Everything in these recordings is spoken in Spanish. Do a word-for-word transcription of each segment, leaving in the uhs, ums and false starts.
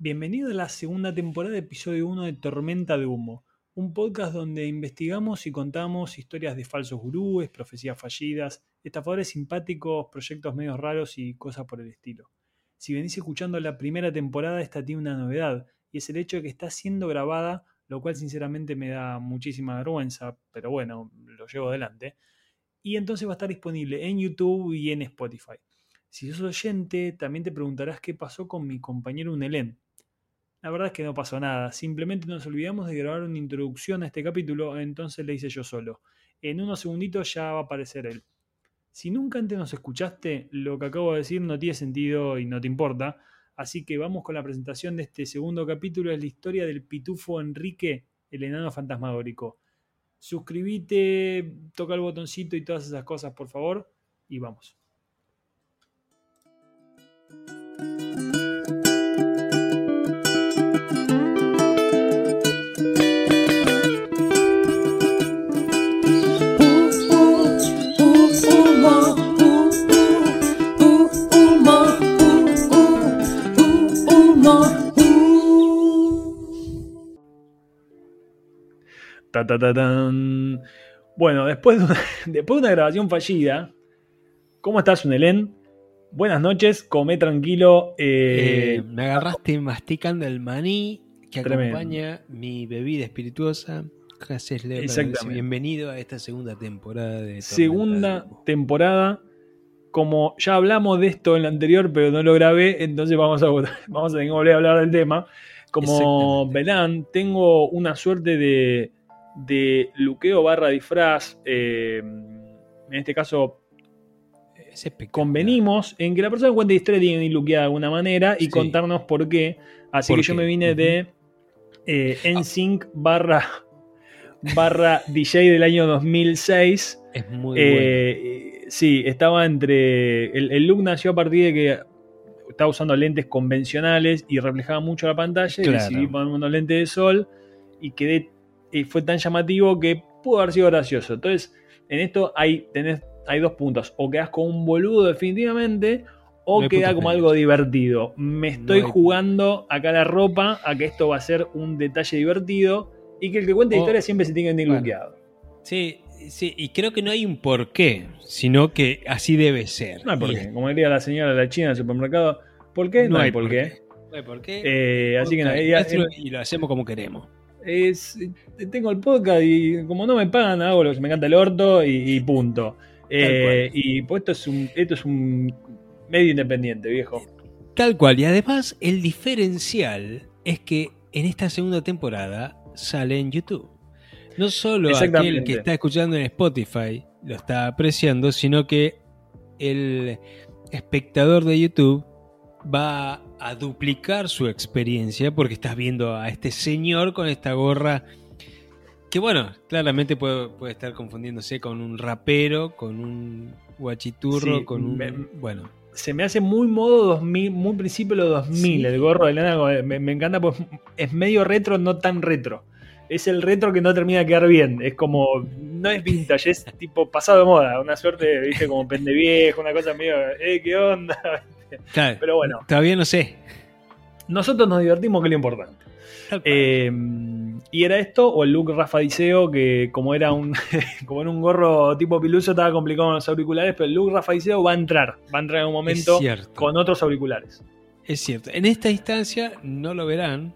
Bienvenido a la segunda temporada, episodio uno de Tormenta de Humo, un podcast donde investigamos y contamos historias de falsos gurúes, profecías fallidas, estafadores simpáticos, proyectos medios raros y cosas por el estilo. Si venís escuchando la primera temporada, esta tiene una novedad, y es el hecho de que está siendo grabada, lo cual sinceramente me da muchísima vergüenza, pero bueno, lo llevo adelante. Y entonces va a estar disponible en YouTube y en Spotify. Si sos oyente, también te preguntarás qué pasó con mi compañero Unelén. La verdad es que no pasó nada, simplemente nos olvidamos de grabar una introducción a este capítulo, entonces le hice yo solo. En unos segunditos ya va a aparecer él. Si nunca antes nos escuchaste, lo que acabo de decir no tiene sentido y no te importa, así que vamos con la presentación de este segundo capítulo, es la historia del pitufo Enrique, el enano fantasmagórico. Suscríbete, toca el botoncito y todas esas cosas, por favor, y vamos. Ta, ta, ta, tan. Bueno, después de, una, después de una grabación fallida, ¿cómo estás, Unelén? Buenas noches, comé tranquilo. Eh, Eh, me agarraste masticando el maní que Tremendo. acompaña mi bebida espirituosa. Gracias, Leo. Exactamente. Bienvenido a esta segunda temporada de Tormenta Segunda de Humo. temporada. Como ya hablamos de esto en la anterior, pero no lo grabé, entonces vamos a, vamos a tener que volver a hablar del tema. Como verán, tengo una suerte de, de luqueo barra disfraz. Eh, en este caso, convenimos en que la persona que cuente la historia tiene que ir luqueada de alguna manera y sí. contarnos por qué. Así ¿Por que qué? yo me vine uh-huh. de eh, N Sync barra, barra D J del año dos mil seis. Es muy eh, bueno. Sí, estaba entre... El, el look nació a partir de que estaba usando lentes convencionales y reflejaba mucho la pantalla. Claro. Y decidí ponerme unos lentes de sol y quedé... Y fue tan llamativo que pudo haber sido gracioso. Entonces, en esto hay, tenés, hay dos puntos. O quedás como un boludo definitivamente, o no queda como algo divertido. Me estoy no hay... jugando acá la ropa a que esto va a ser un detalle divertido y que el que cuente o... la historia siempre se tiene que tener bueno. luqueado. Sí, sí, y creo que no hay un porqué, sino que así debe ser. No hay porqué. Como diría la señora de la China del supermercado, ¿por qué? No, no hay porqué. Por no hay porqué. Eh, así que no, ella, eh, y lo hacemos como queremos. Es, tengo el podcast y como no me pagan, hago lo que me encanta el orto y, y punto. Eh, y pues esto es, un, esto es un medio independiente, viejo. Tal cual. Y además, el diferencial es que en esta segunda temporada sale en YouTube. No solo aquel que está escuchando en Spotify lo está apreciando, sino que el espectador de YouTube va a duplicar su experiencia porque estás viendo a este señor con esta gorra que, bueno, claramente puede, puede estar confundiéndose con un rapero, con un guachiturro, sí, con un... Me, bueno. Se me hace muy modo dos mil, muy principio de los dos mil, sí. El gorro de lana, me, me encanta porque es medio retro, no tan retro. Es el retro que no termina de quedar bien. Es como, no es vintage, es tipo pasado de moda. Una suerte, viste, como pende viejo, una cosa medio, eh, ¿qué onda? Claro, pero bueno. Todavía no sé. Nosotros nos divertimos, que es lo importante. Eh, y era esto, o el look Rafa Diceo, que como era un como en un gorro tipo piluso, estaba complicado con los auriculares, pero el look Rafa Diceo va a entrar. Va a entrar en un momento con otros auriculares. Es cierto. En esta instancia no lo verán.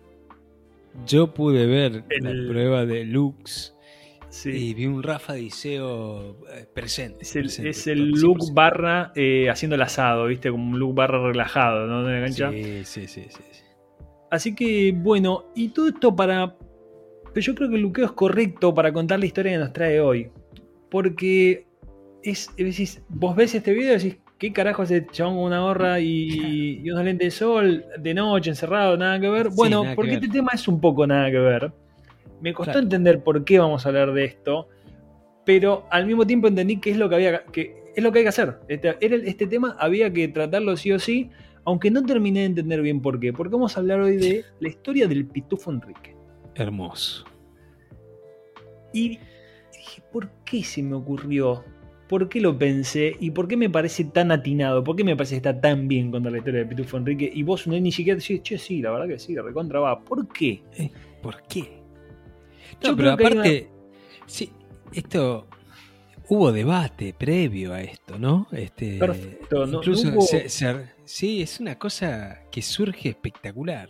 Yo pude ver el, la prueba de looks sí. y vi un Rafa Diceo presente. Es el, presente, es el look barra eh, haciendo el asado, ¿viste? Como un look barra relajado, ¿no? ¿De la cancha? Sí, sí, sí, sí, sí. Así que, bueno, y todo esto para... Pero yo creo que el luqueo es correcto para contar la historia que nos trae hoy. Porque es, es vos ves este video y decís, ¿qué carajo es ese chabón con una gorra y, y unos lentes de sol de noche, encerrado, nada que ver? Bueno, sí, porque este tema es un poco nada que ver. Me costó claro. entender por qué vamos a hablar de esto, pero al mismo tiempo entendí que es lo que había que es lo que hay que hacer. Este, era, este tema había que tratarlo sí o sí, aunque no terminé de entender bien por qué. Porque vamos a hablar hoy de la historia del pitufo Enrique. Hermoso. Y dije, ¿por qué se me ocurrió por qué lo pensé y por qué me parece tan atinado, por qué me parece que está tan bien contar la historia de Pitufo Enrique y vos no ni siquiera decís, che, sí, la verdad que sí, recontra va. ¿Por qué? Eh, ¿Por qué? Yo No, pero creo que aparte, una... sí, esto... Hubo debate previo a esto, ¿no? Este, Perfecto. No, incluso no hubo... se, se, sí, es una cosa que surge espectacular.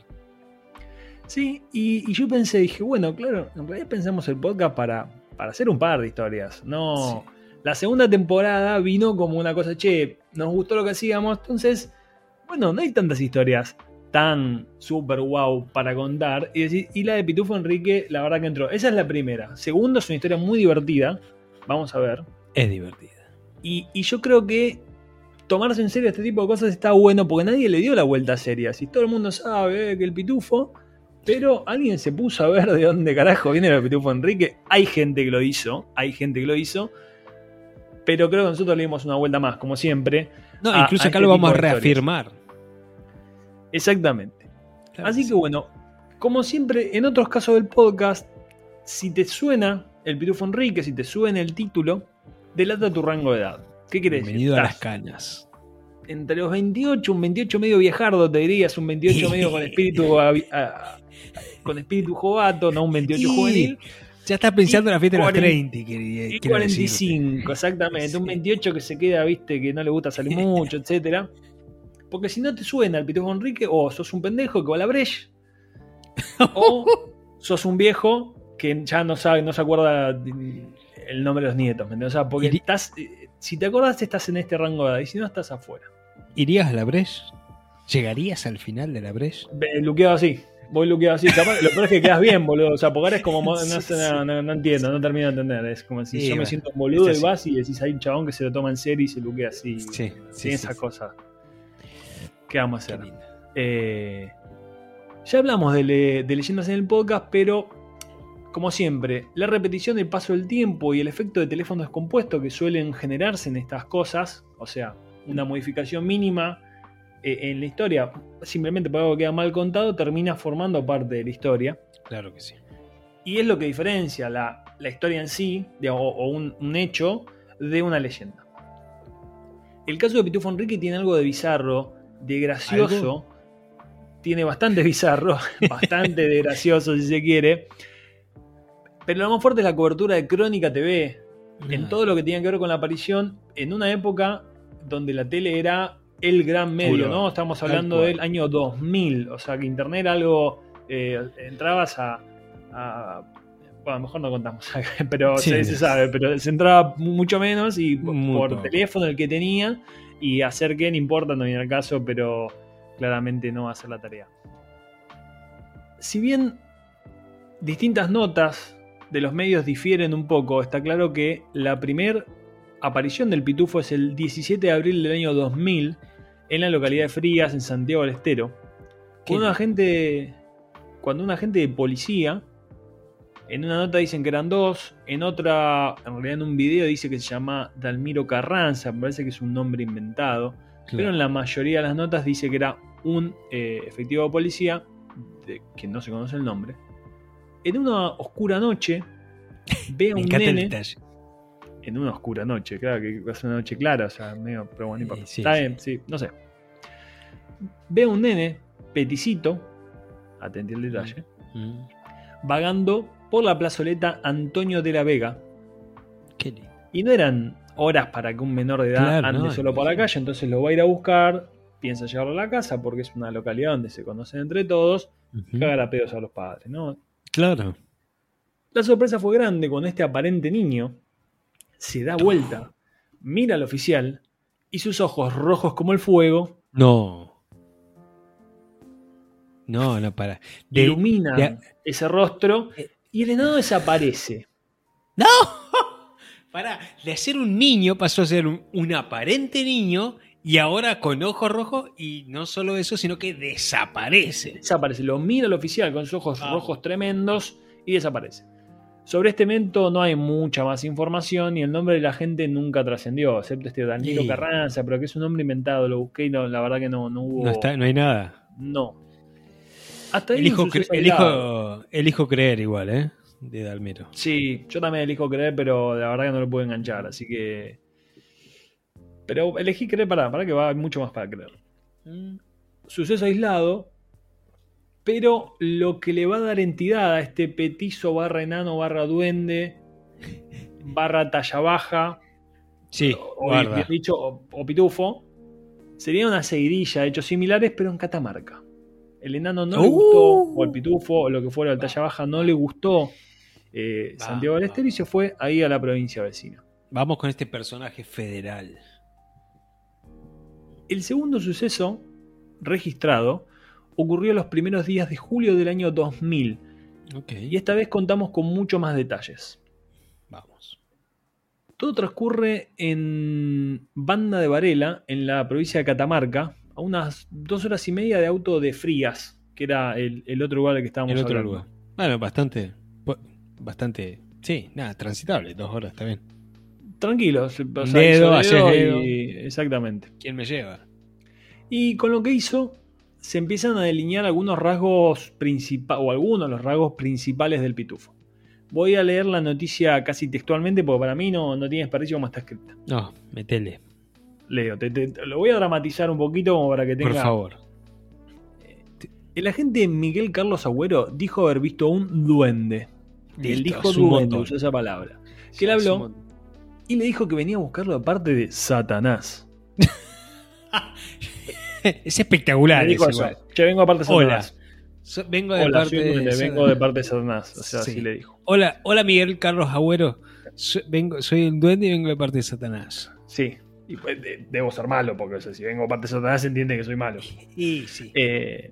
Sí, y, y yo pensé, dije, bueno, claro, en realidad pensamos el podcast para, para hacer un par de historias. No, sí. La segunda temporada vino como una cosa, che, nos gustó lo que hacíamos, entonces, bueno, no hay tantas historias tan super wow para contar. Y, y la de Pitufo Enrique, la verdad que entró. Esa es la primera. Segundo, es una historia muy divertida. Vamos a ver. Es divertida. Y, y yo creo que tomarse en serio este tipo de cosas está bueno porque nadie le dio la vuelta a serias. Y todo el mundo sabe eh, que el Pitufo, pero alguien se puso a ver de dónde carajo viene el Pitufo Enrique. Hay gente que lo hizo, hay gente que lo hizo, pero creo que nosotros le dimos una vuelta más, como siempre. No, a, incluso a acá este lo vamos a reafirmar. Exactamente. Claro, Así que sí. bueno, como siempre, en otros casos del podcast, si te suena el Pitufo Enrique, si te suena el título, delata tu rango de edad. ¿Qué querés decir? Bienvenido a las cañas. Entre los veintiocho, un veintiocho medio viejardo, te dirías, un veintiocho medio con espíritu a, a, con espíritu jovato, no un veintiocho juvenil. Ya estás pensando en la fiesta de los treinta, quería, y cuarenta y cinco, exactamente. Sí. Un veintiocho que se queda, viste, que no le gusta salir mucho, etcétera. Porque si no te suena el Pitufo Enrique, o sos un pendejo que va a la Breche, o sos un viejo que ya no sabe, no se acuerda el nombre de los nietos, ¿me entiendes? O sea, porque estás, si te acordás estás en este rango de edad y si no estás afuera. ¿Irías a la Breche? ¿Llegarías al final de la Breche? Luqueado así, voy luqueado así. Capaz, lo peor es que quedas bien, boludo. O sea, porque ahora es como, no, sí, no, no, no entiendo, no termino de entender. Es como si sí, yo bueno, me siento un boludo y vas y decís, hay un chabón que se lo toma en serio y se luquea así. Sí, sí, esa sí, cosa. ¿Qué vamos a hacer? Eh, ya hablamos de, le, de leyendas en el podcast, pero como siempre, la repetición del paso del tiempo y el efecto de teléfono descompuesto que suelen generarse en estas cosas, o sea, una modificación mínima eh, en la historia, simplemente por algo que queda mal contado, termina formando parte de la historia. Claro que sí. Y es lo que diferencia la, la historia en sí, digamos, o, o un, un hecho, de una leyenda. El caso de Pitufo Enrique tiene algo de bizarro, de gracioso, ¿algo? Tiene bastante bizarro, bastante de gracioso si se quiere. Pero lo más fuerte es la cobertura de Crónica T V, no. En todo lo que tenía que ver con la aparición, en una época donde la tele era el gran medio, Puro. ¿no? Estamos hablando del año dos mil, o sea que internet era algo, eh, entrabas a, a... Bueno, mejor no contamos, pero sí, se, se sabe, pero se entraba mucho menos y Muy por poco. teléfono el que tenía, y hacer qué, no importa, no viene al caso, pero claramente no va a hacer la tarea. Si bien distintas notas de los medios difieren un poco, está claro que la primera aparición del Pitufo es el diecisiete de abril del año dos mil en la localidad de Frías, en Santiago del Estero. Cuando un agente, cuando un agente de policía, en una nota dicen que eran dos, en otra, en realidad en un video dice que se llama Dalmiro Carranza, me parece que es un nombre inventado, claro. Pero en la mayoría de las notas dice que era un eh, efectivo de policía, de que no se conoce el nombre. En una oscura noche ve a un nene. En una oscura noche, claro que va a ser una noche clara, o sea, medio, pero bueno, sí, sí, está sí. bien, sí, no sé. Ve a un nene, peticito, atente al detalle, mm. vagando por la plazoleta Antonio de la Vega. Qué lindo. Y no eran horas para que un menor de edad claro, ande no, solo por la calle, entonces lo va a ir a buscar, piensa llevarlo a la casa porque es una localidad donde se conocen entre todos, uh-huh. y cagar a pedos a los padres, ¿no? Claro. La sorpresa fue grande cuando este aparente niño se da vuelta, mira al oficial y sus ojos rojos como el fuego. No. No, no, para. De, iluminan de, ese rostro y el enano desaparece. ¡No! Para, de ser un niño pasó a ser un, un aparente niño y ahora con ojos rojos, y no solo eso, sino que desaparece. Desaparece, lo mira el oficial con sus ojos ah. rojos tremendos y desaparece. Sobre este evento no hay mucha más información y el nombre de la gente nunca trascendió, excepto este Danilo sí. Carranza, pero que es un nombre inventado, lo busqué y no, la verdad que no, no hubo... No, está, no hay nada. No. Hasta ahí elijo, cre- elijo, elijo creer igual, ¿eh? De Dalmiro. Sí, yo también elijo creer, pero la verdad que no lo puedo enganchar, así que Pero elegí creer para, para que va mucho más para creer. Mm. Suceso aislado, pero lo que le va a dar entidad a este petizo barra enano barra duende barra talla baja, sí, o, o bien dicho, o, o pitufo, sería una seguidilla de hechos similares, pero en Catamarca. El enano no uh. le gustó, o el pitufo, o lo que fuera, el talla baja, no le gustó eh, va, Santiago del Estero y se fue ahí a la provincia vecina. Vamos con este personaje federal. El segundo suceso registrado ocurrió los primeros días de julio del año dos mil. Okay. Y esta vez contamos con mucho más detalles. Vamos. Todo transcurre en Banda de Varela, en la provincia de Catamarca, a unas dos horas y media de auto de Frías, que era el, el otro lugar del que estábamos el otro hablando. Lugar. Bueno, bastante, bastante, sí, nada, transitable, dos horas, está bien. Tranquilos. O sea, dedo, dedo, dedo. Y, exactamente. ¿Quién me lleva? Y con lo que hizo, se empiezan a delinear algunos rasgos principales, o algunos de los rasgos principales del pitufo. Voy a leer la noticia casi textualmente, porque para mí no, no tiene desperdicio como está escrita. No, metele. Leo, te, te, te, lo voy a dramatizar un poquito como para que tenga... Por favor. El agente Miguel Carlos Agüero dijo haber visto un duende. Listo, Él dijo duende, usó esa palabra. Que él habló y le dijo que venía a buscarlo de parte de Satanás. Es espectacular. Me dijo eso. Che, vengo de parte de Satanás. Hola. So, vengo de hola, parte de, de vengo de parte de Satanás. O sea, sí. así le dijo. Hola, hola Miguel Carlos Agüero. So, vengo, soy el duende y vengo de parte de Satanás. Sí. Y pues, de, debo ser malo, porque o sea, si vengo de parte de Satanás se entiende que soy malo. Y sí. Eh,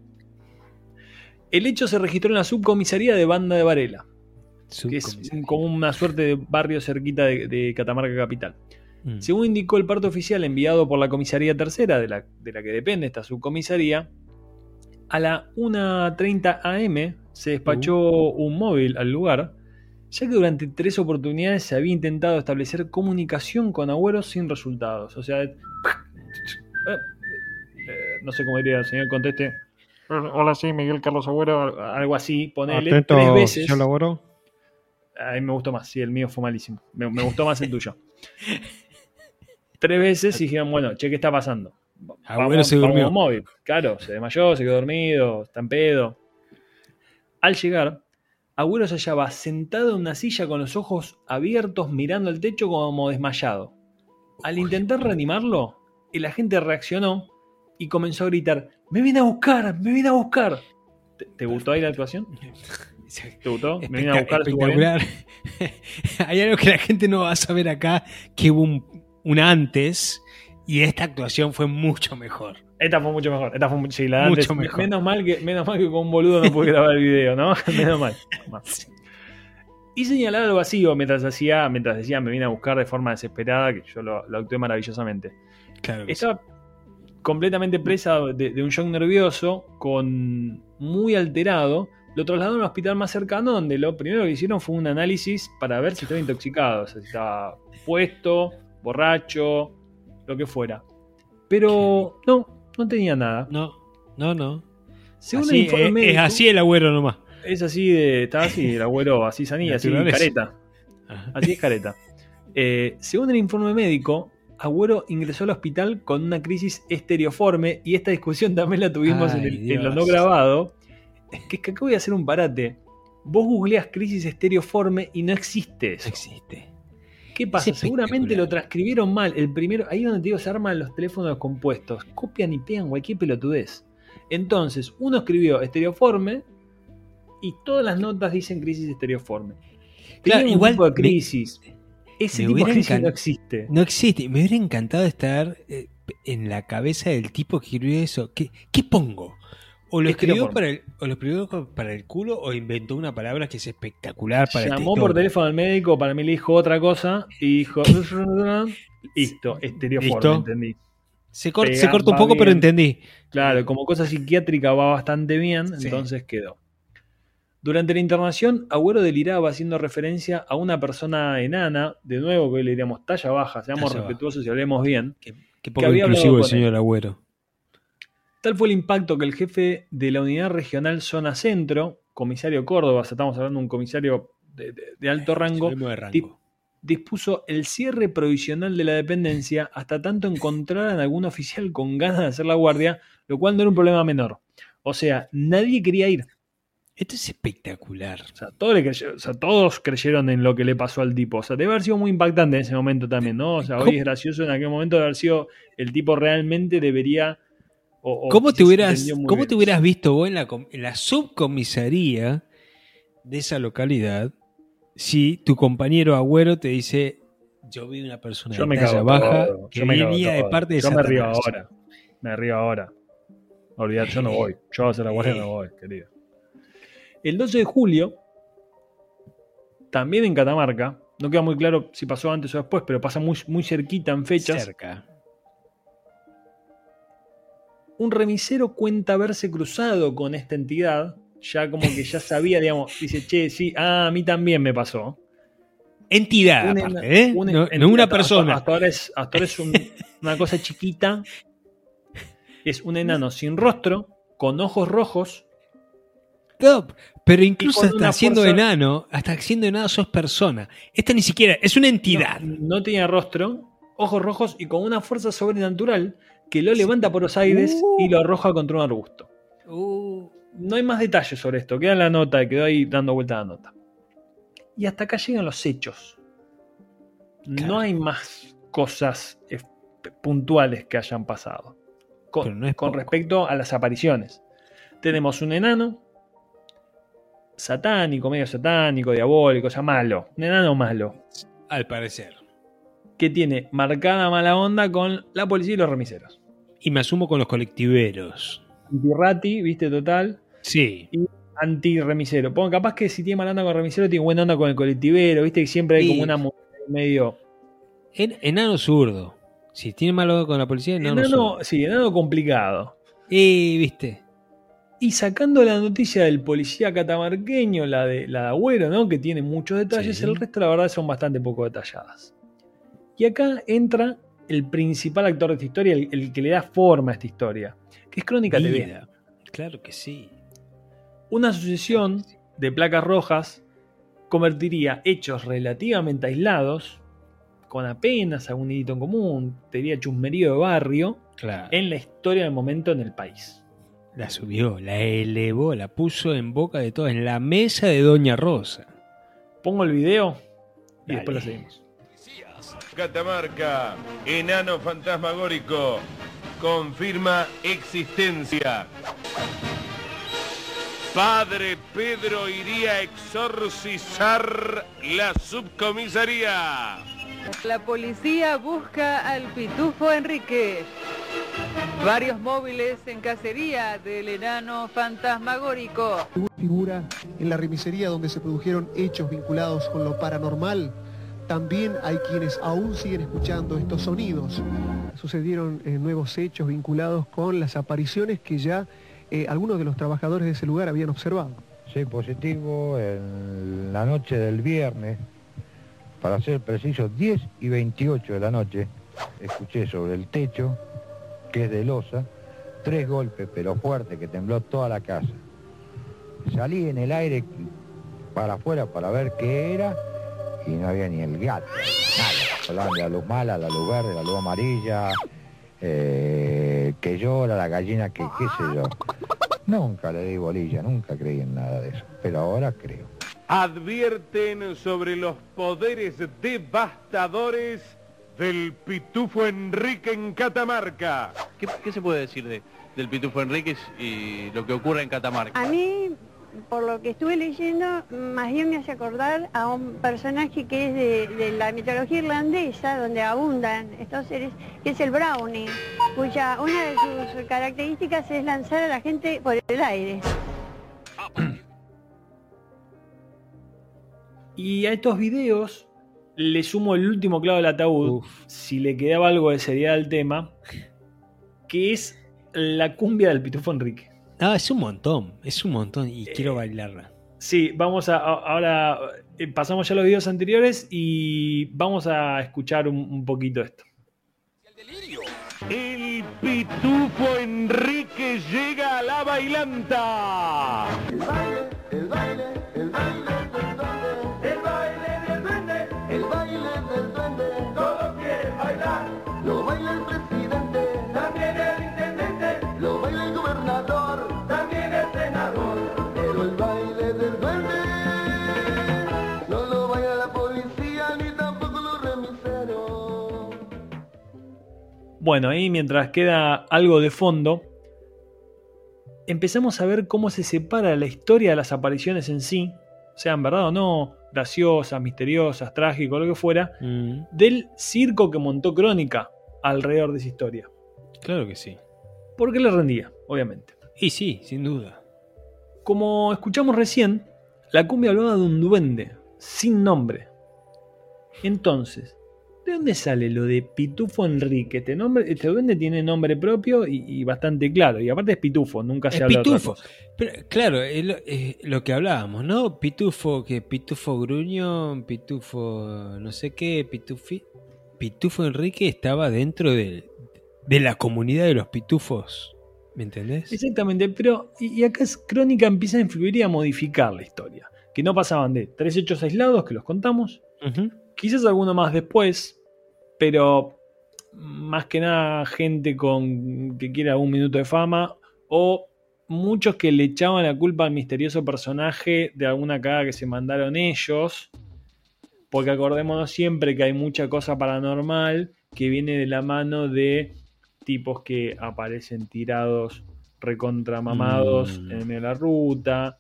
el hecho se registró en la subcomisaría de Banda de Varela, que es como una suerte de barrio cerquita de, de Catamarca capital. Mm. Según indicó el parte oficial enviado por la comisaría tercera, de la, de la que depende esta subcomisaría, a la una treinta a eme se despachó uh. un móvil al lugar, ya que durante tres oportunidades se había intentado establecer comunicación con Agüero sin resultados. O sea, eh, eh, no sé cómo diría el señor, conteste. Hola, sí, Miguel Carlos Agüero, algo así, ponele Atento, tres veces. ¿Yo Agüero? A mí me gustó más, sí, el mío fue malísimo. Me, me gustó más el tuyo. Tres veces y dijeron, bueno, che, ¿qué está pasando? Agüero vamos, se durmió. Vamos móvil. Claro, se desmayó, se quedó dormido, está en pedo. Al llegar, Agüero se hallaba sentado en una silla con los ojos abiertos mirando al techo como desmayado. Al intentar reanimarlo, el agente reaccionó y comenzó a gritar: ¡Me viene a buscar! ¡Me viene a buscar! ¿Te, te gustó ahí la actuación? ¿Te gustó? Me viene a buscar. Espectacular. Hay algo que la gente no va a saber acá, que hubo un, un antes y esta actuación fue mucho mejor. Esta fue mucho mejor. Esta fue mucho, sí, la mucho antes, mejor. Menos mal, que, menos mal que con un boludo no pude grabar el video, ¿no? Menos mal. Sí. Y señalaba al vacío mientras hacía, mientras decía me viene a buscar de forma desesperada, que yo lo, lo actué maravillosamente. Claro que Estaba sí. completamente presa de, de un shock nervioso, con muy alterado. Lo trasladaron al hospital más cercano, donde lo primero que hicieron fue un análisis para ver si estaba intoxicado, o sea, si estaba puesto, borracho, lo que fuera. Pero no, no tenía nada. No, no, no. Según así, el informe es, médico, es así el Agüero nomás. Es así de. Estaba así, el Agüero, así sanía, así careta. Ajá. Así es careta. Eh, según el informe médico, Agüero ingresó al hospital con una crisis estereoforme, y esta discusión también la tuvimos Ay, en, el, en lo no grabado. Que es que acá voy a hacer un parate. Vos googleás crisis estereoforme y no existe eso. No existe. ¿Qué pasa? Seguramente lo transcribieron mal. El primero, ahí donde te digo, se arman los teléfonos compuestos. Copian y pegan cualquier pelotudez. Entonces, uno escribió estereoforme y todas las notas dicen crisis estereoforme. Claro, igual tipo de crisis. Me, Ese tipo de crisis encant- no existe. No existe. Me hubiera encantado estar eh, en la cabeza del tipo que escribió eso. ¿Qué, qué pongo? O lo, escribió para el, o lo escribió para el culo o inventó una palabra que es espectacular para Llamó este por teléfono al médico, para mí le dijo otra cosa y dijo listo, estereoforme, ¿Listo? Entendí. Se, cort, Pega, se corta un poco, bien. Pero entendí. Claro, como cosa psiquiátrica va bastante bien, sí. Entonces quedó. Durante la internación, Agüero deliraba haciendo referencia a una persona enana, de nuevo que hoy le diríamos talla baja, seamos talla respetuosos baja. Y hablemos bien. Qué, qué poco que inclusivo el señor él. Agüero. Tal fue el impacto que el jefe de la Unidad Regional Zona Centro, comisario Córdoba, o sea, estamos hablando de un comisario de, de, de alto rango, de rango. Tip, dispuso el cierre provisional de la dependencia hasta tanto encontraran algún oficial con ganas de hacer la guardia, lo cual no era un problema menor. O sea, nadie quería ir. Esto es espectacular. O sea, todo le creyó, o sea, todos creyeron en lo que le pasó al tipo. O sea, debe haber sido muy impactante en ese momento también, ¿no? O sea, hoy es gracioso, en aquel momento debe haber sido el tipo realmente debería... O, o ¿Cómo te hubieras, ¿cómo bien. te hubieras visto vos en la, en la subcomisaría de esa localidad si tu compañero Agüero te dice, yo vi una persona yo de talla baja todo. que venía de parte de Yo Satanás? me río ahora. Me río ahora. Olvidate, yo no voy. Yo a hacer la guardia no voy, querido. El doce de julio, también en Catamarca, no queda muy claro si pasó antes o después, pero pasa muy, muy cerquita en fechas. Cerca. Un remisero cuenta haberse cruzado con esta entidad, ya como que ya sabía, digamos, dice, che, sí, ah, a mí también me pasó. Entidad, un aparte, ena, ¿eh? Un, no, entidad, no una persona. Hasta, hasta ahora es, hasta ahora es un, una cosa chiquita. Es un enano sin rostro, con ojos rojos. No, pero incluso hasta siendo fuerza... enano, hasta siendo enano sos persona. Esta ni siquiera, es una entidad. No, no tenía rostro, ojos rojos y con una fuerza sobrenatural que lo levanta por los aires uh, y lo arroja contra un arbusto. Uh, no hay más detalles sobre esto, queda en la nota, quedó ahí dando vuelta a la nota. Y hasta acá llegan los hechos. Claro. No hay más cosas eh, puntuales que hayan pasado. Con, no con respecto a las apariciones. Tenemos un enano satánico, medio satánico, diabólico, o sea, malo. Un enano malo. Al parecer. Que tiene marcada mala onda con la policía y los remiseros. Y me asumo con los colectiveros. Anti-rati, ¿viste? Total. Sí. Y anti-remisero. Bueno, capaz que si tiene mala onda con el remisero, tiene buena onda con el colectivero, ¿viste? Que siempre hay sí. como una medio... En, enano zurdo. Si tiene mala onda con la policía, enano, enano zurdo. Sí, enano complicado. Y, ¿viste? Y sacando la noticia del policía catamarqueño, la de, la de Agüero, ¿no? Que tiene muchos detalles, sí. El resto la verdad son bastante poco detalladas. Y acá entra el principal actor de esta historia, el, el que le da forma a esta historia, que es Crónica Mira, T V. Claro que sí. Una asociación de placas rojas convertiría hechos relativamente aislados, con apenas algún hilito en común, te diría chusmerío de barrio, claro. En la historia del momento en el país. La subió, la elevó, la puso en boca de todos, en la mesa de Doña Rosa. Pongo el video y Dale. después lo seguimos. Catamarca, enano fantasmagórico, confirma existencia. Padre Pedro iría a exorcizar la subcomisaría. La policía busca al Pitufo Enrique. Varios móviles en cacería del enano fantasmagórico. Figura en la remisería donde se produjeron hechos vinculados con lo paranormal. También hay quienes aún siguen escuchando estos sonidos. Sucedieron eh, nuevos hechos vinculados con las apariciones que ya eh, algunos de los trabajadores de ese lugar habían observado. Sí, positivo en la noche del viernes, para ser preciso, diez y veintiocho de la noche, escuché sobre el techo, que es de losa, tres golpes, pero fuertes, que tembló toda la casa. Salí en el aire para afuera para ver qué era, y no había ni el gato, nada. Hablaban de la luz mala, la luz verde, la luz amarilla, eh, que llora, la gallina que qué sé yo. Nunca le di bolilla, nunca creí en nada de eso, pero ahora creo. Advierten sobre los poderes devastadores del Pitufo Enrique en Catamarca. ¿Qué, qué se puede decir de, del Pitufo Enrique y lo que ocurre en Catamarca? A mí, por lo que estuve leyendo, más bien me hace acordar a un personaje que es de, de la mitología irlandesa, donde abundan estos seres, que es el Brownie, cuya una de sus características es lanzar a la gente por el aire. Y a estos videos le sumo el último clavo del ataúd, Uf. si le quedaba algo de seriedad al tema, que es la cumbia del Pitufo Enrique. Ah, es un montón, es un montón y eh, quiero bailarla. Sí, vamos a, a ahora eh, pasamos ya los videos anteriores y vamos a escuchar un, un poquito esto. El Pitufo Enrique llega a la bailanta. El baile, el baile, el baile del duende, el baile del duende, el baile Bueno, ahí mientras queda algo de fondo, empezamos a ver cómo se separa la historia de las apariciones en sí, sean verdad o no, graciosas, misteriosas, trágicas, lo que fuera, mm. del circo que montó Crónica alrededor de esa historia. Claro que sí. Porque le rendía, obviamente. Y sí, sin duda. Como escuchamos recién, la cumbia hablaba de un duende, sin nombre. Entonces, ¿de dónde sale lo de Pitufo Enrique? Este, nombre, este duende tiene nombre propio y, y bastante claro. Y aparte es Pitufo, nunca se es habla Pitufo. de otra cosa. Pero, claro, es lo, es lo que hablábamos, ¿no? Pitufo, que Pitufo Gruñón, Pitufo no sé qué, Pitufi. Pitufo Enrique estaba dentro de, de la comunidad de los pitufos. ¿Me entendés? Exactamente, pero y, y acá es, Crónica empieza a influir y a modificar la historia. Que no pasaban de tres hechos aislados, que los contamos, uh-huh. quizás alguno más después, pero más que nada gente con que quiera un minuto de fama, o muchos que le echaban la culpa al misterioso personaje de alguna cagada que se mandaron ellos, porque acordémonos siempre que hay mucha cosa paranormal que viene de la mano de tipos que aparecen tirados recontramamados mm. en medio de la ruta.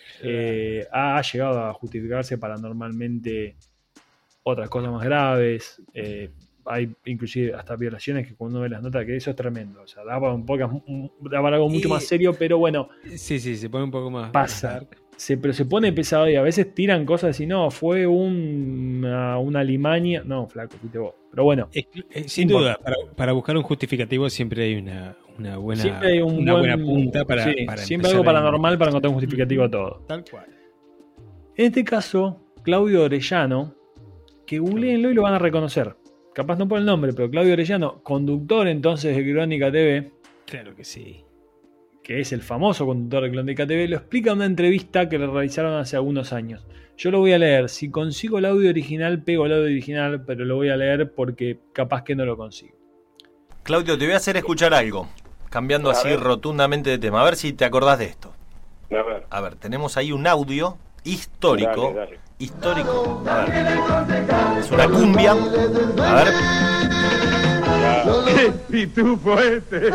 Eh, ha llegado a justificarse paranormalmente otras cosas más graves. Eh, hay inclusive hasta violaciones que cuando uno ve las notas, que eso es tremendo. O sea, da para, un poco, da para algo mucho y, más serio, pero bueno. Sí, sí, se pone un poco más. Pasa. Se, pero se pone pesado y a veces tiran cosas y no, fue un, una, una limaña. No, flaco, fuiste vos. Pero bueno. Es, es, sin duda, para, para buscar un justificativo siempre hay una, una buena, siempre hay un una buen, buena punta para, sí, para siempre algo paranormal para encontrar un justificativo a todo. Tal cual. En este caso, Claudio Orellano, que googleenlo y lo van a reconocer. Capaz no por el nombre, pero Claudio Orellano, conductor entonces de Crónica T V. Claro que sí. Que es el famoso conductor de Crónica T V, lo explica en una entrevista que le realizaron hace algunos años. Yo lo voy a leer. Si consigo el audio original, pego el audio original, pero lo voy a leer porque capaz que no lo consigo. Claudio, te voy a hacer escuchar algo, cambiando a así ver. rotundamente de tema. A ver si te acordás de esto. A ver. A ver, tenemos ahí un audio histórico. Dale, dale. Histórico. A ver. Es una cumbia. A ver. ¡Qué pitufo este!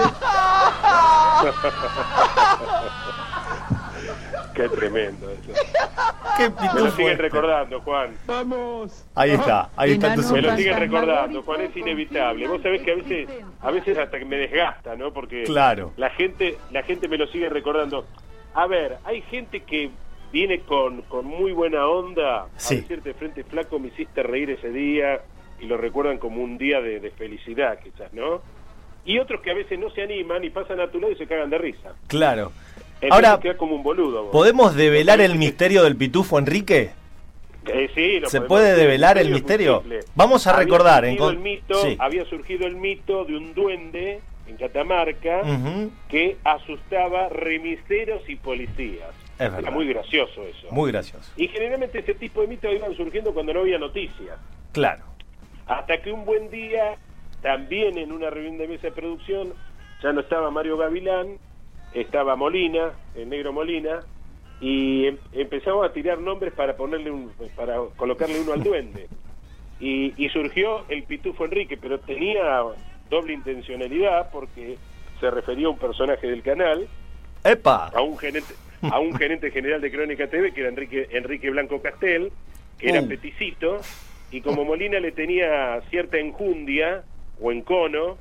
Qué tremendo eso. Qué Me lo siguen recordando, Juan. ¡Vamos! Ahí está, ahí está tu Me lo siguen recordando, Juan, es inevitable. Vos sabés que a veces, a veces hasta que me desgasta, ¿no? Porque claro. la gente, la gente me lo sigue recordando. A ver, hay gente que viene con, con muy buena onda sí. a decirte frente flaco, me hiciste reír ese día, y lo recuerdan como un día de, de felicidad, quizás, ¿no? Y otros que a veces no se animan y pasan a tu lado y se cagan de risa. Claro. En Ahora, queda como un boludo, vos. ¿podemos develar el misterio del pitufo Enrique? Eh, sí, lo ¿Se puede develar el misterio? Vamos a recordar. Había surgido, en... el mito, sí. había surgido el mito de un duende en Catamarca uh-huh. que asustaba remiseros y policías. Es verdad. Era muy gracioso eso. Muy gracioso. Y generalmente ese tipo de mitos iban surgiendo cuando no había noticias. Claro. Hasta que un buen día, también en una reunión de mesa de producción, ya no estaba Mario Gavilán, estaba Molina, el negro Molina, y em- empezamos a tirar nombres para ponerle un, para colocarle uno al duende. Y, y surgió el Pitufo Enrique, pero tenía doble intencionalidad porque se refería a un personaje del canal, ¡epa! a un gerente, a un gerente general de Crónica T V que era Enrique Enrique Blanco Castel, que era uh. peticito, y como Molina le tenía cierta enjundia o encono,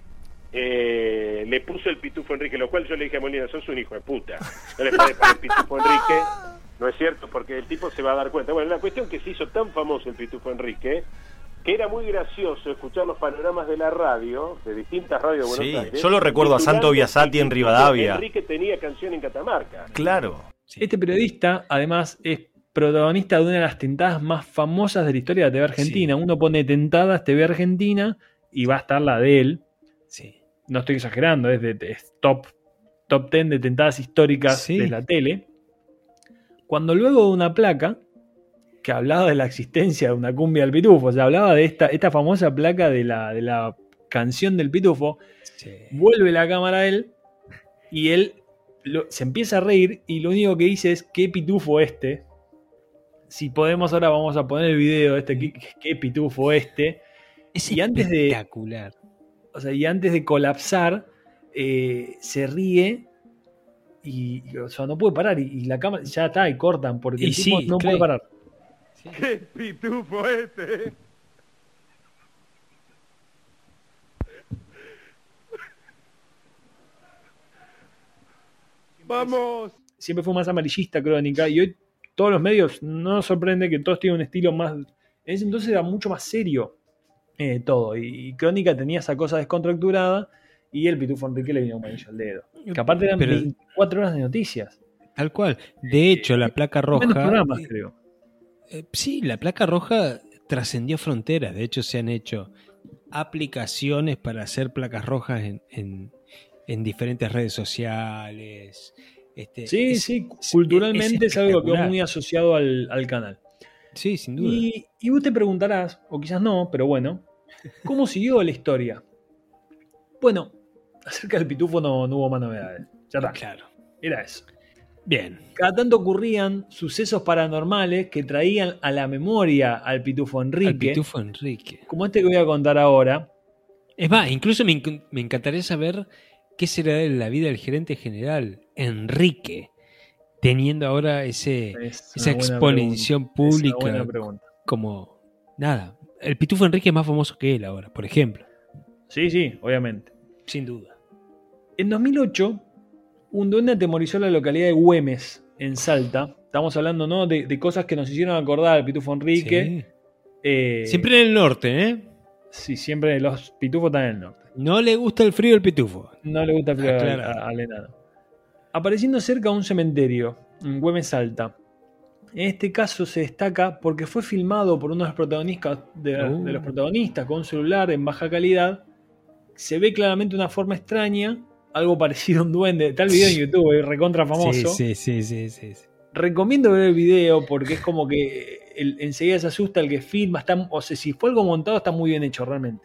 eh, le puso el Pitufo Enrique, lo cual yo le dije a Molina, sos un hijo de puta, no le podés poner Pitufo Enrique, no es cierto, porque el tipo se va a dar cuenta. Bueno, la cuestión que se hizo tan famoso el Pitufo Enrique, que era muy gracioso escuchar los panoramas de la radio, de distintas radios de Buenos sí, Aires. Yo lo recuerdo a Santo Biasati en Rivadavia. Enrique tenía canción en Catamarca. Claro. Este periodista, además, es protagonista de una de las tentadas más famosas de la historia de T V Argentina. Sí. Uno pone tentadas T V Argentina y va a estar la de él. Sí. No estoy exagerando, es de es top, top ten de tentadas históricas sí. de la tele. Cuando luego de una placa que hablaba de la existencia de una cumbia del pitufo, o sea, hablaba de esta, esta famosa placa de la, de la canción del pitufo, sí. vuelve la cámara a él y él lo, se empieza a reír y lo único que dice es ¿qué pitufo este? Si podemos ahora vamos a poner el video de este, ¿qué, qué pitufo este? Es y antes espectacular. De, o sea, y antes de colapsar, eh, se ríe y, y, o sea, no puede parar. Y, y la cámara ya está, y cortan, porque y el tipo sí, no claro. puede parar. Sí. ¡Qué pitufo este! ¡Vamos! Siempre fue más amarillista Crónica, y hoy todos los medios, no nos sorprende que todos tienen un estilo más... En ese entonces era mucho más serio eh, todo, y, y Crónica tenía esa cosa descontracturada, y el Pitufo Enrique le vino un anillo al dedo. Que aparte eran Pero, veinticuatro horas de noticias. Tal cual. De hecho, la placa roja... Menos programas, creo. Eh, sí, la placa roja trascendió fronteras. De hecho, se han hecho aplicaciones para hacer placas rojas en, en, en diferentes redes sociales. Este, sí, es, sí, culturalmente es, es algo que quedó muy asociado al, al canal. Sí, sin duda. Y, y vos te preguntarás, o quizás no, pero bueno, ¿cómo siguió la historia? Bueno, acerca del Pitufo no, no hubo más novedades. Ya está. Claro. Era eso. Bien. Cada tanto ocurrían sucesos paranormales que traían a la memoria al Pitufo Enrique. Al Pitufo Enrique. Como este que voy a contar ahora. Es más, incluso me, me encantaría saber qué será de la vida del gerente general, Enrique, teniendo ahora ese, esa exposición pública. Es una buena pregunta. Como, nada, el Pitufo Enrique es más famoso que él ahora, por ejemplo. Sí, sí, obviamente. Sin duda. En dos mil ocho, un duende atemorizó la localidad de Güemes, en Salta. Estamos hablando, ¿no?, de, de cosas que nos hicieron acordar al Pitufo Enrique. Sí. Eh, siempre en el norte, ¿eh? Sí, siempre los pitufos están en el norte. No le gusta el frío al pitufo. No le gusta el frío al, al enano. Apareciendo cerca de un cementerio, en Güemes, Salta. En este caso se destaca porque fue filmado por uno de los protagonistas, de, uh. de los protagonistas con un celular en baja calidad. Se ve claramente una forma extraña, algo parecido a un duende. Está el video en YouTube, es recontra famoso. Sí, sí, sí, sí, sí. Recomiendo ver el video porque es como que el, enseguida se asusta el que filma. Está, o sea, si fue algo montado, está muy bien hecho realmente.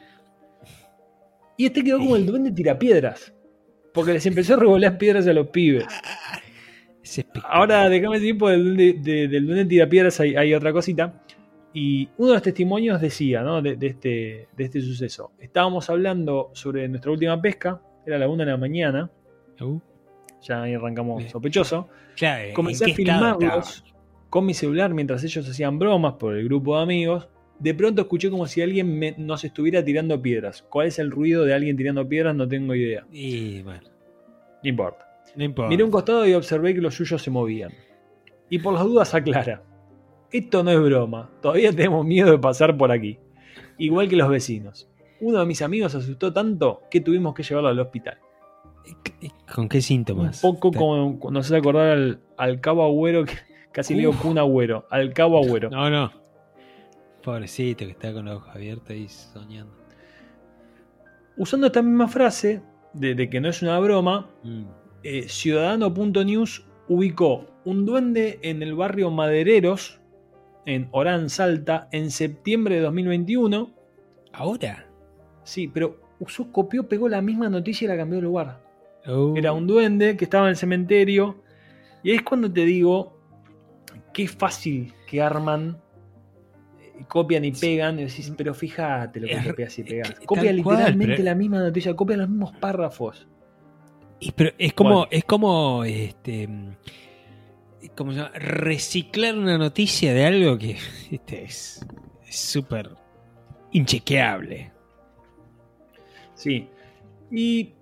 Y este quedó como el duende tirapiedras, porque les empezó a revolear piedras a los pibes. Ahora, déjame decir, por el duende, de, del duende tirapiedras hay, hay otra cosita. Y uno de los testimonios decía, ¿no?, de, de, este, de este suceso. Estábamos hablando sobre nuestra última pesca, era la una de la mañana. Uh. Ya ahí arrancamos sospechoso. Claro, comencé a filmarlos con mi celular mientras ellos hacían bromas por el grupo de amigos. De pronto escuché como si alguien me, nos estuviera tirando piedras. ¿Cuál es el ruido de alguien tirando piedras? No tengo idea. Y bueno, no importa. No importa. Miré a un costado y observé que los yuyos se movían. Y por las dudas aclara: esto no es broma. Todavía tenemos miedo de pasar por aquí. Igual que los vecinos. Uno de mis amigos se asustó tanto que tuvimos que llevarlo al hospital. ¿Con qué síntomas? Un poco como nos hace acordar al, al Cabo Agüero, que casi le digo Kun Agüero, al Cabo Agüero. No, no. Pobrecito que está con los ojos abiertos y soñando. Usando esta misma frase de, de que no es una broma, mm. eh, Ciudadano punto news ubicó un duende en el barrio Madereros, en Orán, Salta, en septiembre de dos mil veintiuno. ¿Ahora? Sí, pero usó, copió, pegó la misma noticia y la cambió de lugar. Oh. Era un duende que estaba en el cementerio. Y ahí es cuando te digo qué fácil que arman, copian y pegan. Y decís, pero fíjate lo que copias y pegas. Copia literalmente cual, pero... la misma noticia, copia los mismos párrafos. Y pero es como, bueno. es como este, ¿cómo se llama? Reciclar una noticia de algo que este, es súper inchequeable. Sí. Y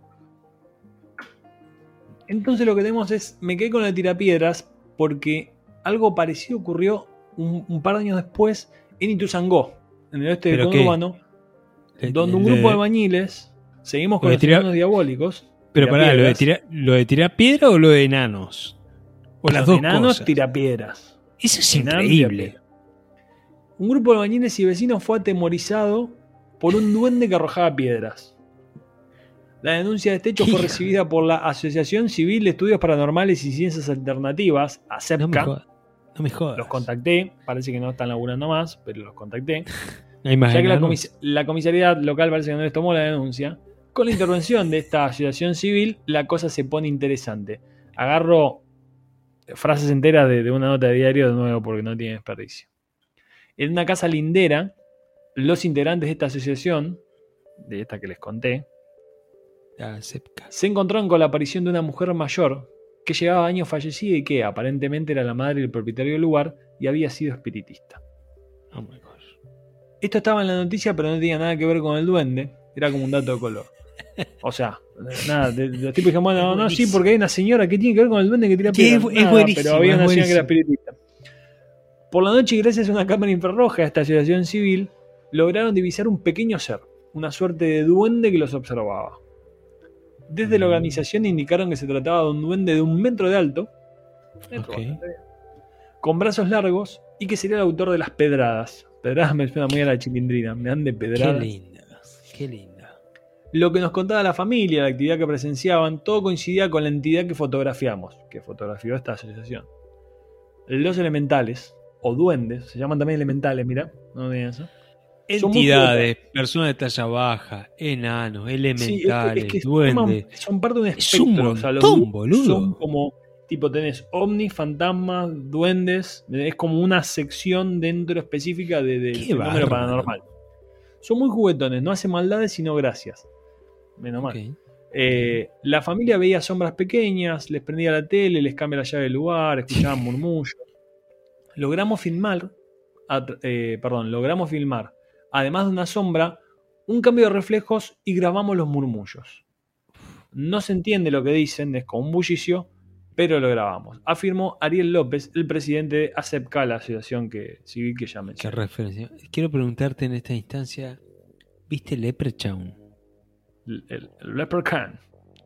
entonces lo que tenemos es, me quedé con el tirapiedras porque algo parecido ocurrió un, un par de años después en Ituzaingó, en el oeste del conurbano, donde un grupo de albañiles, seguimos con los enanos diabólicos. Pero pará, ¿lo de, tira, ¿lo de tirar piedra o lo de enanos? O las los dos enanos cosas. Tirapiedras. Eso es increíble. Un grupo de albañiles y vecinos fue atemorizado por un duende que arrojaba piedras. La denuncia de este hecho fue recibida por la Asociación Civil de Estudios Paranormales y Ciencias Alternativas, ACEPCA. No me jodas. No me jodas. Los contacté, parece que no están laburando más, pero los contacté. Hay más ya que la, comis- la comisaría local parece que no les tomó la denuncia. Con la intervención de esta asociación civil, la cosa se pone interesante. Agarro frases enteras de, de una nota de diario de nuevo porque no tiene desperdicio. En una casa lindera, los integrantes de esta asociación de esta que les conté, La Sepka. se encontraron con la aparición de una mujer mayor que llevaba años fallecida y que aparentemente era la madre del propietario del lugar y había sido espiritista. Oh my gosh. Esto estaba en la noticia, pero no tenía nada que ver con el duende, era como un dato de color. O sea, nada, de, de los tipos dijeron, bueno, no, sí, porque hay una señora que tiene que ver con el duende que tira piedras. Es, es buenísimo, pero había una es señora que era buenísimo. espiritista. Por la noche, y gracias a una cámara infrarroja de esta asociación civil, lograron divisar un pequeño ser, una suerte de duende que los observaba. Desde la organización indicaron que se trataba de un duende de un metro de alto, metro Ok. bastante, con brazos largos, y que sería el autor de las pedradas. Pedradas me suena muy a la Chilindrina, me dan de Qué pedradas. linda, qué linda. Lo que nos contaba la familia, la actividad que presenciaban, todo coincidía con la entidad que fotografiamos, que fotografió esta asociación. Los elementales, o duendes, se llaman también elementales, mirá, no digan eso. Son muy Entidades, personas de talla baja, enanos, Sí, elementales, es que, es que duendes. forman- son parte de un Es espectro. un o sea, los montón, duendes boludo. Son como, tipo, tenés ovnis, fantasmas, duendes. Es como una sección dentro específica de, de Qué fenómeno bárbaro. paranormal. Son muy juguetones, no hacen maldades, sino gracias. Menos mal. Ok. Eh, la familia veía sombras pequeñas, les prendía la tele, les cambia la llave del lugar, escuchaban murmullos. Logramos filmar, at- eh, perdón, logramos filmar, además de una sombra, un cambio de reflejos y grabamos los murmullos. No se entiende lo que dicen, es como un bullicio, pero lo grabamos. Afirmó Ariel López, el presidente de ASEPCA, la asociación que, civil que ya Qué mencioné. referencia. Quiero preguntarte en esta instancia, ¿viste Leprechaun? El, el- el Leprechaun.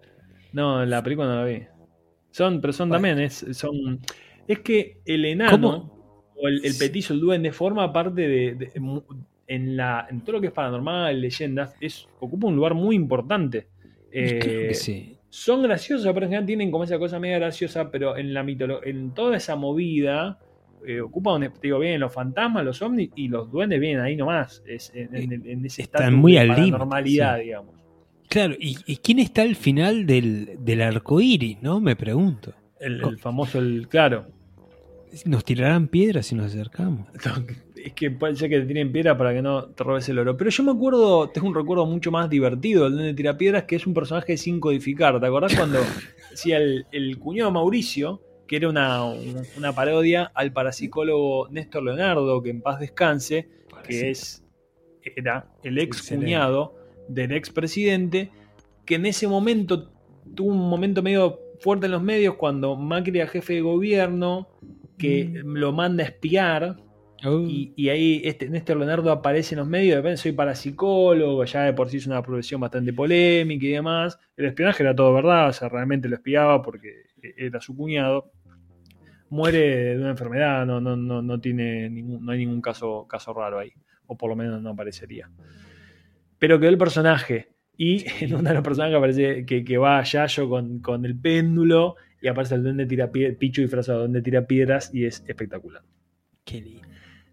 No, la película no la vi. Son, pero son también, es, son. Es que el enano, ¿Cómo? o el, el petizo, el duende, forma parte de. de- mu- en, la, en todo lo que es paranormal, leyendas, es, ocupa un lugar muy importante. Eh, Claro que sí. Son graciosos, pero en general tienen como esa cosa media graciosa, pero en la mitología, en toda esa movida, eh, ocupan, te digo, bien, los fantasmas, los ovnis y los duendes vienen ahí nomás. Es, en, en- en ese Están estatus muy de al límite, paranormalidad, sí. digamos. Claro, ¿y, y quién está al final del, del arco iris, no? Me pregunto. El, el famoso, el claro. ¿Nos tirarán piedras si nos acercamos? Es que puede ser que te tiren piedra para que no te robes el oro. Pero yo me acuerdo, tengo un recuerdo mucho más divertido del Duende Tirapiedras, que es un personaje sin codificar. ¿Te acordás cuando decía el, el cuñado Mauricio, que era una, una parodia al parapsicólogo Néstor Leonardo, que en paz descanse, que es era el ex cuñado del expresidente, que en ese momento tuvo un momento medio fuerte en los medios cuando Macri era jefe de gobierno, que Mm. lo manda a espiar. Oh. Y, y ahí este Néstor Leonardo aparece en los medios, de repente soy parapsicólogo, ya de por sí es una profesión bastante polémica y demás. El espionaje era todo verdad, o sea, realmente lo espiaba porque era su cuñado. Muere de una enfermedad, no, no, no, no tiene ningún, no hay ningún caso, caso raro ahí, o por lo menos no aparecería. Pero quedó el personaje, y en uno de los personajes aparece que, que va a Yayo con, con el péndulo, y aparece el duende tira piedras, Pichu disfrazado de duende tira piedras, y es espectacular. Qué lindo.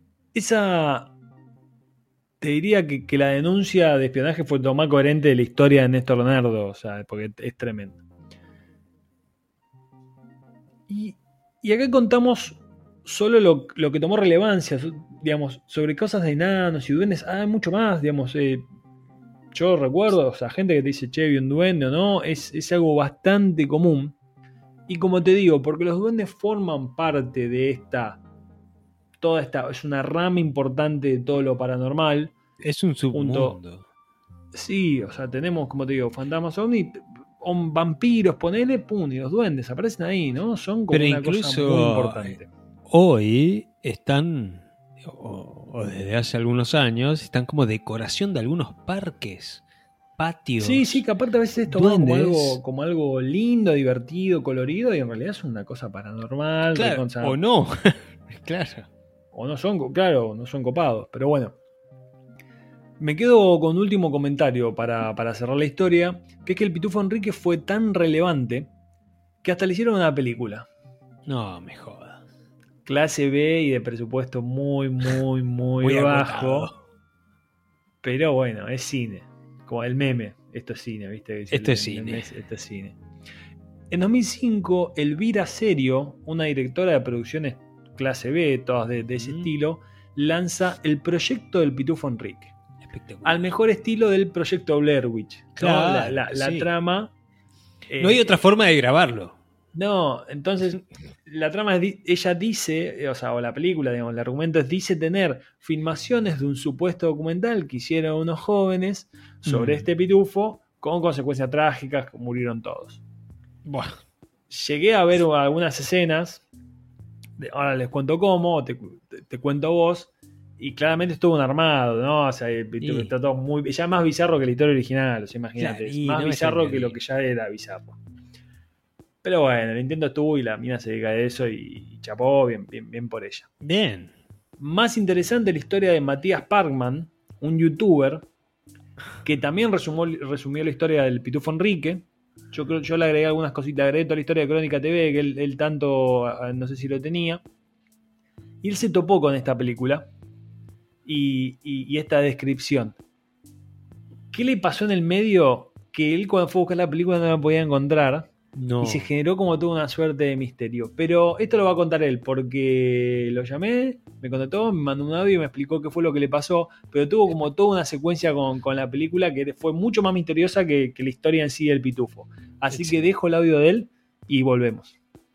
Esa. Te diría que, que la denuncia de espionaje fue lo más coherente de la historia de Néstor Leonardo, o sea, porque es tremendo. Y, y acá contamos solo lo, lo que tomó relevancia, digamos, sobre cosas de enanos y duendes. Ah, hay mucho más, digamos. Eh, yo recuerdo, o sea, gente que te dice, che, vi un duende o no, es, es algo bastante común. Y como te digo, porque los duendes forman parte de esta. Toda esta. Es una rama importante de todo lo paranormal. Es un submundo. Junto, sí, o sea, tenemos, como te digo, fantasmas ovnis, on, vampiros, ponele, pum, y los duendes aparecen ahí, ¿no? Son como Pero una incluso cosa muy importante. Hoy están, o, o desde hace algunos años, están como decoración de algunos parques, patios. Sí, sí, que aparte a veces es tomado como duendes. algo, como algo lindo, divertido, colorido, y en realidad es una cosa paranormal. Claro, recontra- o no. Claro. O no son, claro, no son copados, pero bueno. Me quedo con un último comentario para, para cerrar la historia, que es que el Pitufo Enrique fue tan relevante que hasta le hicieron una película. No, me jodas. Clase B y de presupuesto muy, muy, muy, Muy bajo. agotado. Pero bueno, es cine. Como el meme. Esto es cine, ¿viste? Dice Esto el- es el cine. meme, Esto es cine. En dos mil cinco, Elvira Serio, una directora de producciones clase B, todas de, de ese Mm. estilo, lanza el proyecto del Pitufo Enrique. al mejor estilo del proyecto Blair Witch. ¿no? Claro, la la, la sí. trama... Eh, no hay otra forma de grabarlo. No, entonces la trama, es, ella dice, o sea, o la película, digamos, el argumento es, dice tener filmaciones de un supuesto documental que hicieron unos jóvenes sobre Mm. este pitufo con consecuencias trágicas, murieron todos. Buah. Llegué a ver algunas escenas, de- ahora les cuento cómo, te, te, te cuento vos, y claramente estuvo un armado, ¿no? O sea, el pitufo Y- está todo muy, ya es más bizarro que la historia original, o sea, imagínate, Claro, es y más no me bizarro que extrañaría. lo que ya era bizarro. Pero bueno, el intento estuvo y la mina se dedica a eso y, y chapó, bien, bien, bien por ella. Bien. Más interesante la historia de Matías Parkman, un youtuber que también resumió, resumió la historia del Pitufo Enrique. Yo creo, yo le agregué algunas cositas, agregué toda la historia de Crónica T V, que él, él tanto, ah, no sé si lo tenía. Y él se topó con esta película y, y- y esta descripción. ¿Qué le pasó en el medio? Que él cuando fue a buscar la película no la podía encontrar. No. Y se generó como toda una suerte de misterio. Pero esto lo va a contar él, porque lo llamé, me contactó, me mandó un audio y me explicó qué fue lo que le pasó. Pero tuvo como toda una secuencia con, con la película que fue mucho más misteriosa que, que la historia en sí del pitufo. Así que dejo el audio de él y volvemos.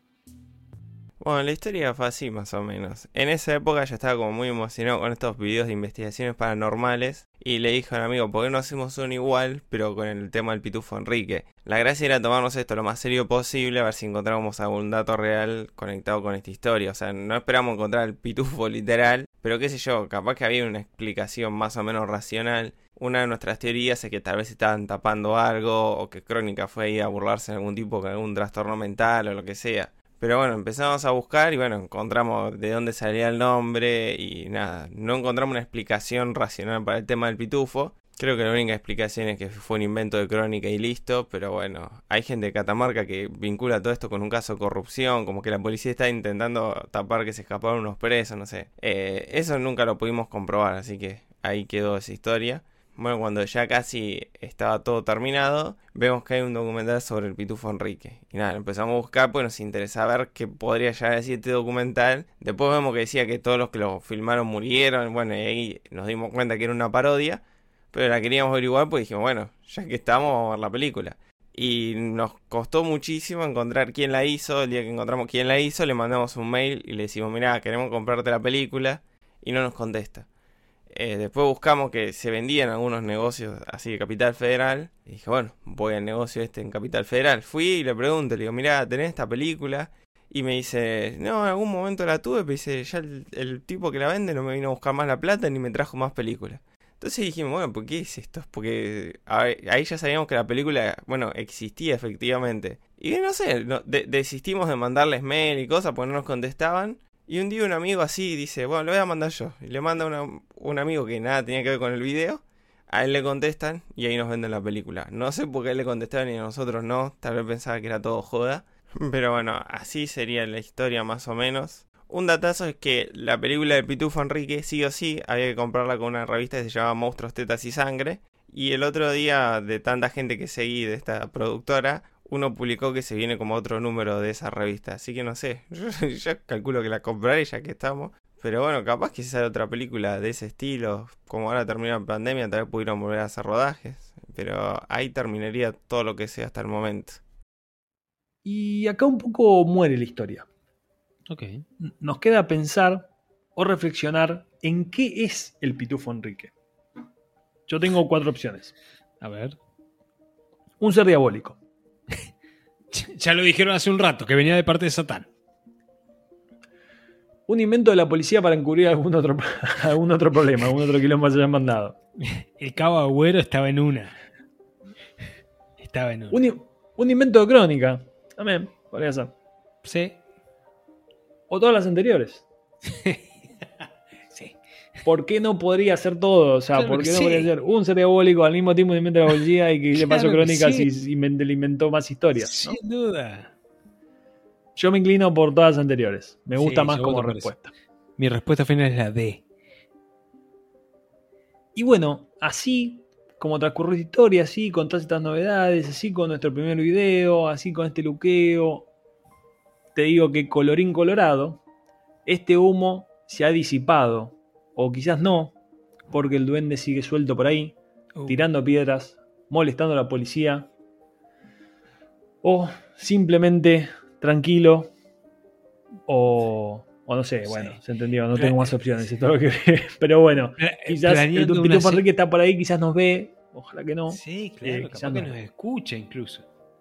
Bueno, la historia fue así más o menos. En esa época yo estaba como muy emocionado con estos videos de investigaciones paranormales y le dije a un amigo, ¿por qué no hacemos uno igual, pero con el tema del Pitufo Enrique? La gracia era tomarnos esto lo más serio posible, a ver si encontrábamos algún dato real conectado con esta historia. O sea, no esperamos encontrar el Pitufo literal, pero qué sé yo, capaz que había una explicación más o menos racional. Una de nuestras teorías es que tal vez estaban tapando algo, o que Crónica fue ahí a burlarse de algún tipo con algún trastorno mental o lo que sea. Pero bueno, empezamos a buscar y bueno, encontramos de dónde salía el nombre y nada, no encontramos una explicación racional para el tema del pitufo. Creo que la única explicación es que fue un invento de Crónica y listo, pero bueno, hay gente de Catamarca que vincula todo esto con un caso de corrupción, como que la policía está intentando tapar que se escaparon unos presos, no sé. Eh, eso nunca lo pudimos comprobar, así que ahí quedó esa historia. Bueno, cuando ya casi estaba todo terminado, vemos que hay un documental sobre el Pitufo Enrique. Y nada, empezamos a buscar, pues nos interesaba ver qué podría llegar a decir este documental. Después vemos que decía que todos los que lo filmaron murieron. Bueno, y ahí nos dimos cuenta que era una parodia. Pero la queríamos averiguar, pues dijimos, bueno, ya que estamos, vamos a ver la película. Y nos costó muchísimo encontrar quién la hizo. El día que encontramos quién la hizo, le mandamos un mail y le decimos, mirá, queremos comprarte la película. Y no nos contesta. Eh, después buscamos que se vendían algunos negocios así de Capital Federal. Y dije, bueno, voy al negocio este en Capital Federal. Fui y le pregunto, le digo, mirá, ¿tenés esta película? Y me dice, no, en algún momento la tuve, pero dice, ya el, el tipo que la vende no me vino a buscar más la plata ni me trajo más películas. Entonces dijimos, bueno, ¿por qué es esto? Porque a ver, ahí ya sabíamos que la película, bueno, existía efectivamente. Y no sé, no, de, desistimos de mandarles mail y cosas porque no nos contestaban. Y un día un amigo así dice, bueno, lo voy a mandar yo. Y le manda una, un amigo que nada tenía que ver con el video. A él le contestan y ahí nos venden la película. No sé por qué a él le contestaron y a nosotros no. Tal vez pensaba que era todo joda. Pero bueno, así sería la historia más o menos. Un datazo es que la película del Pitufo Enrique sí o sí había que comprarla con una revista que se llama Monstruos, Tetas y Sangre. Y el otro día, de tanta gente que seguí de esta productora, uno publicó que se viene como otro número de esa revista. Así que no sé, yo, yo calculo que la compraré ya que estamos. Pero bueno, capaz que si sale otra película de ese estilo, como ahora terminó la pandemia, tal vez pudieron volver a hacer rodajes. Pero ahí terminaría todo lo que sea hasta el momento. Y acá un poco muere la historia. Ok. Nos queda pensar o reflexionar en qué es el Pitufo Enrique. Yo tengo cuatro opciones. A ver. Un ser diabólico. Ya lo dijeron hace un rato, que venía de parte de Satán. Un invento de la policía para encubrir algún otro, algún otro problema, algún otro quilombo se hayan mandado. El Cabo Agüero estaba en una. Estaba en una. Un, un invento de Crónica. También, podría ser. Sí. O todas las anteriores. Sí. ¿Por qué no podría ser todo? O sea, Claro ¿por qué no sí. podría ser un ser diabólico al mismo tiempo un invento de la policía y que le pasó Claro que Crónicas sí. y inventó, le inventó más historias? ¿no? Sin duda. Yo me inclino por todas las anteriores. Me gusta Sí, más yo como voto por respuesta. eso. Mi respuesta final es la D. Y bueno, así como transcurrió esta historia, así con todas estas novedades, así con nuestro primer video, así con este luqueo, te digo que colorín colorado, este humo se ha disipado, o quizás no, porque el duende sigue suelto por ahí, uh. tirando piedras, molestando a la policía, o simplemente tranquilo, o, o no sé, bueno, sí. Se entendió, no tengo más opciones, esto es lo que pero bueno, quizás el Pitufo Enrique está por ahí, quizás nos ve, ojalá que no. Sí, claro, eh, capaz que nos escucha incluso.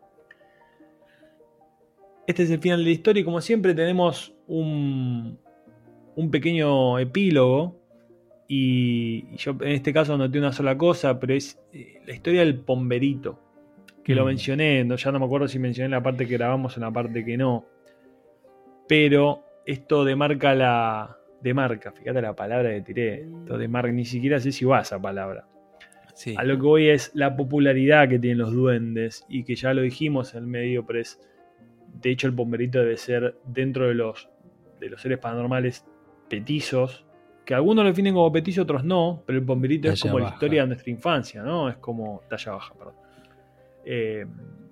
Este es el final de la historia y como siempre tenemos un, un pequeño epílogo y, y yo en este caso noté una sola cosa, pero es eh, la historia del pomberito, que mm. lo mencioné, no, ya no me acuerdo si mencioné la parte que grabamos o la parte que no, pero esto demarca la... demarca, fíjate la palabra que tiré, esto demarca, ni siquiera sé si va esa palabra. Sí. A lo que voy es la popularidad que tienen los duendes y que ya lo dijimos en el medio press. De hecho, el pomberito debe ser dentro de los, de los seres paranormales petizos, que algunos lo definen como petizo, otros no, pero el pomberito talla es como baja. La historia de nuestra infancia, ¿no? Es como talla baja, perdón. Eh,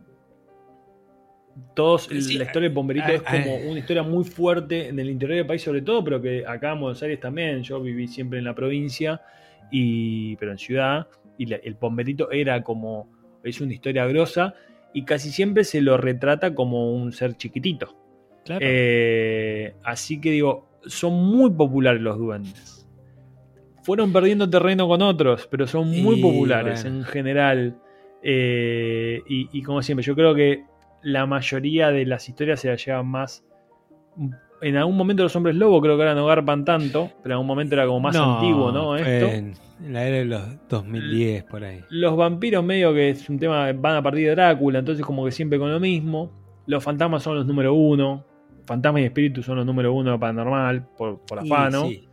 todos, sí, la historia del pomberito ay, es como ay. una historia muy fuerte en el interior del país sobre todo, pero que acá en Buenos Aires también. Yo viví siempre en la provincia, y, pero en ciudad, y la, el pomberito era como, es una historia grosa, y casi siempre se lo retrata como un ser chiquitito. Claro. Eh, así que digo, son muy populares los duendes. Fueron perdiendo terreno con otros, pero son muy y, populares bueno. en general. Eh, y, y como siempre, yo creo que la mayoría de las historias se las llevan más. En algún momento los hombres lobo creo que ahora no garpan tanto, pero en algún momento era como más no, antiguo, ¿no? Esto. En la era de los dos mil diez, por ahí. Los vampiros medio que es un tema, van a partir de Drácula, entonces como que siempre con lo mismo. Los fantasmas son los número uno. Fantasmas y espíritus son los número uno paranormal, por, por afano. Sí.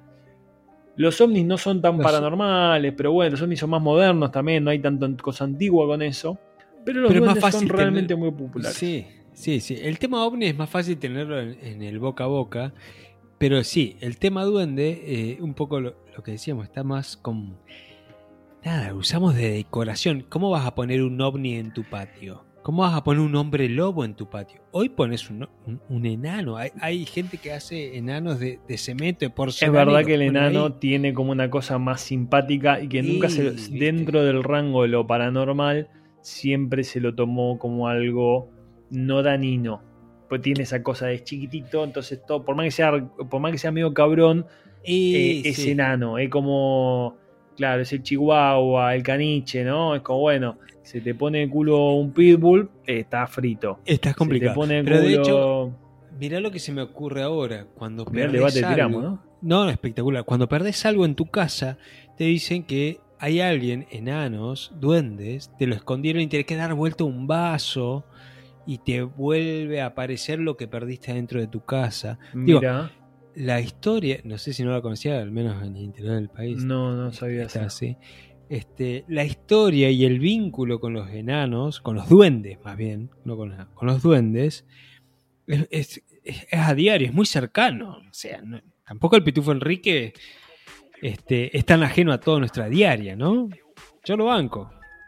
Los ovnis no son tan los paranormales, pero bueno, los ovnis son más modernos también, no hay tanta cosa antigua con eso. Pero los pero duendes son realmente tener... muy populares. Sí, sí, sí. El tema ovni es más fácil tenerlo en, en el boca a boca. Pero sí, el tema duende, eh, un poco lo, lo que decíamos, está más con... Nada, usamos de decoración. ¿Cómo vas a poner un ovni en tu patio? ¿Cómo vas a poner un hombre lobo en tu patio? Hoy pones un, un, un enano. Hay, hay gente que hace enanos de, de cemento, de porcelana. Es verdad que el enano ahí. tiene como una cosa más simpática y que sí, nunca se dentro del rango de lo paranormal siempre se lo tomó como algo no dañino. Pues tiene esa cosa de chiquitito, entonces todo, por más que sea, por más que sea medio cabrón, y, eh, sí. es enano. Es como, claro, es el chihuahua, el caniche, ¿no? Es como, bueno, se te pone el culo un pitbull, eh, está frito. Está complicado. Se te pone el Pero culo... de hecho, mirá lo que se me ocurre ahora. Cuando mirá perdés el debate algo, tiramos, ¿no? No, espectacular. Cuando perdés algo en tu casa, te dicen que hay alguien, enanos, duendes, te lo escondieron y tenés que dar vuelta un vaso y te vuelve a aparecer lo que perdiste dentro de tu casa. Mira. Digo, la historia, no sé si no la conocía, al menos en el interior del país. No, no sabía eso. Así. Este, la historia y el vínculo con los enanos, con los duendes más bien, no con, la, con los duendes, es, es, es a diario, es muy cercano. O sea, no, tampoco el Pitufo Enrique este, es tan ajeno a toda nuestra diaria, ¿no? Yo lo banco.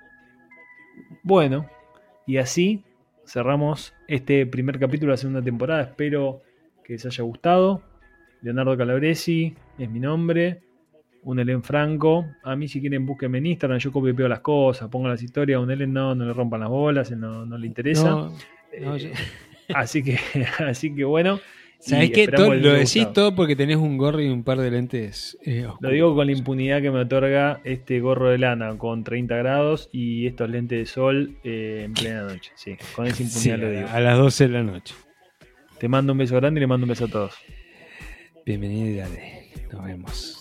Bueno, y así cerramos este primer capítulo de la segunda temporada. Espero que les haya gustado. Leonardo Calabresi es mi nombre. Un Elen Franco. A mí si quieren búsquenme en Instagram. Yo copio y pego las cosas. Pongo las historias. Un Elen no, no le rompan las bolas. No, no le interesa. No, no, eh, así que así que bueno. ¿Sabés qué? Todo, lo decís gustado. Todo porque tenés un gorro y un par de lentes eh, Lo digo con la impunidad que me otorga este gorro de lana con treinta grados y estos lentes de sol eh, en plena noche. Sí, con esa impunidad sí, lo digo. A las doce de la noche. Te mando un beso grande y le mando un beso a todos. Bienvenido y dale. Nos vemos.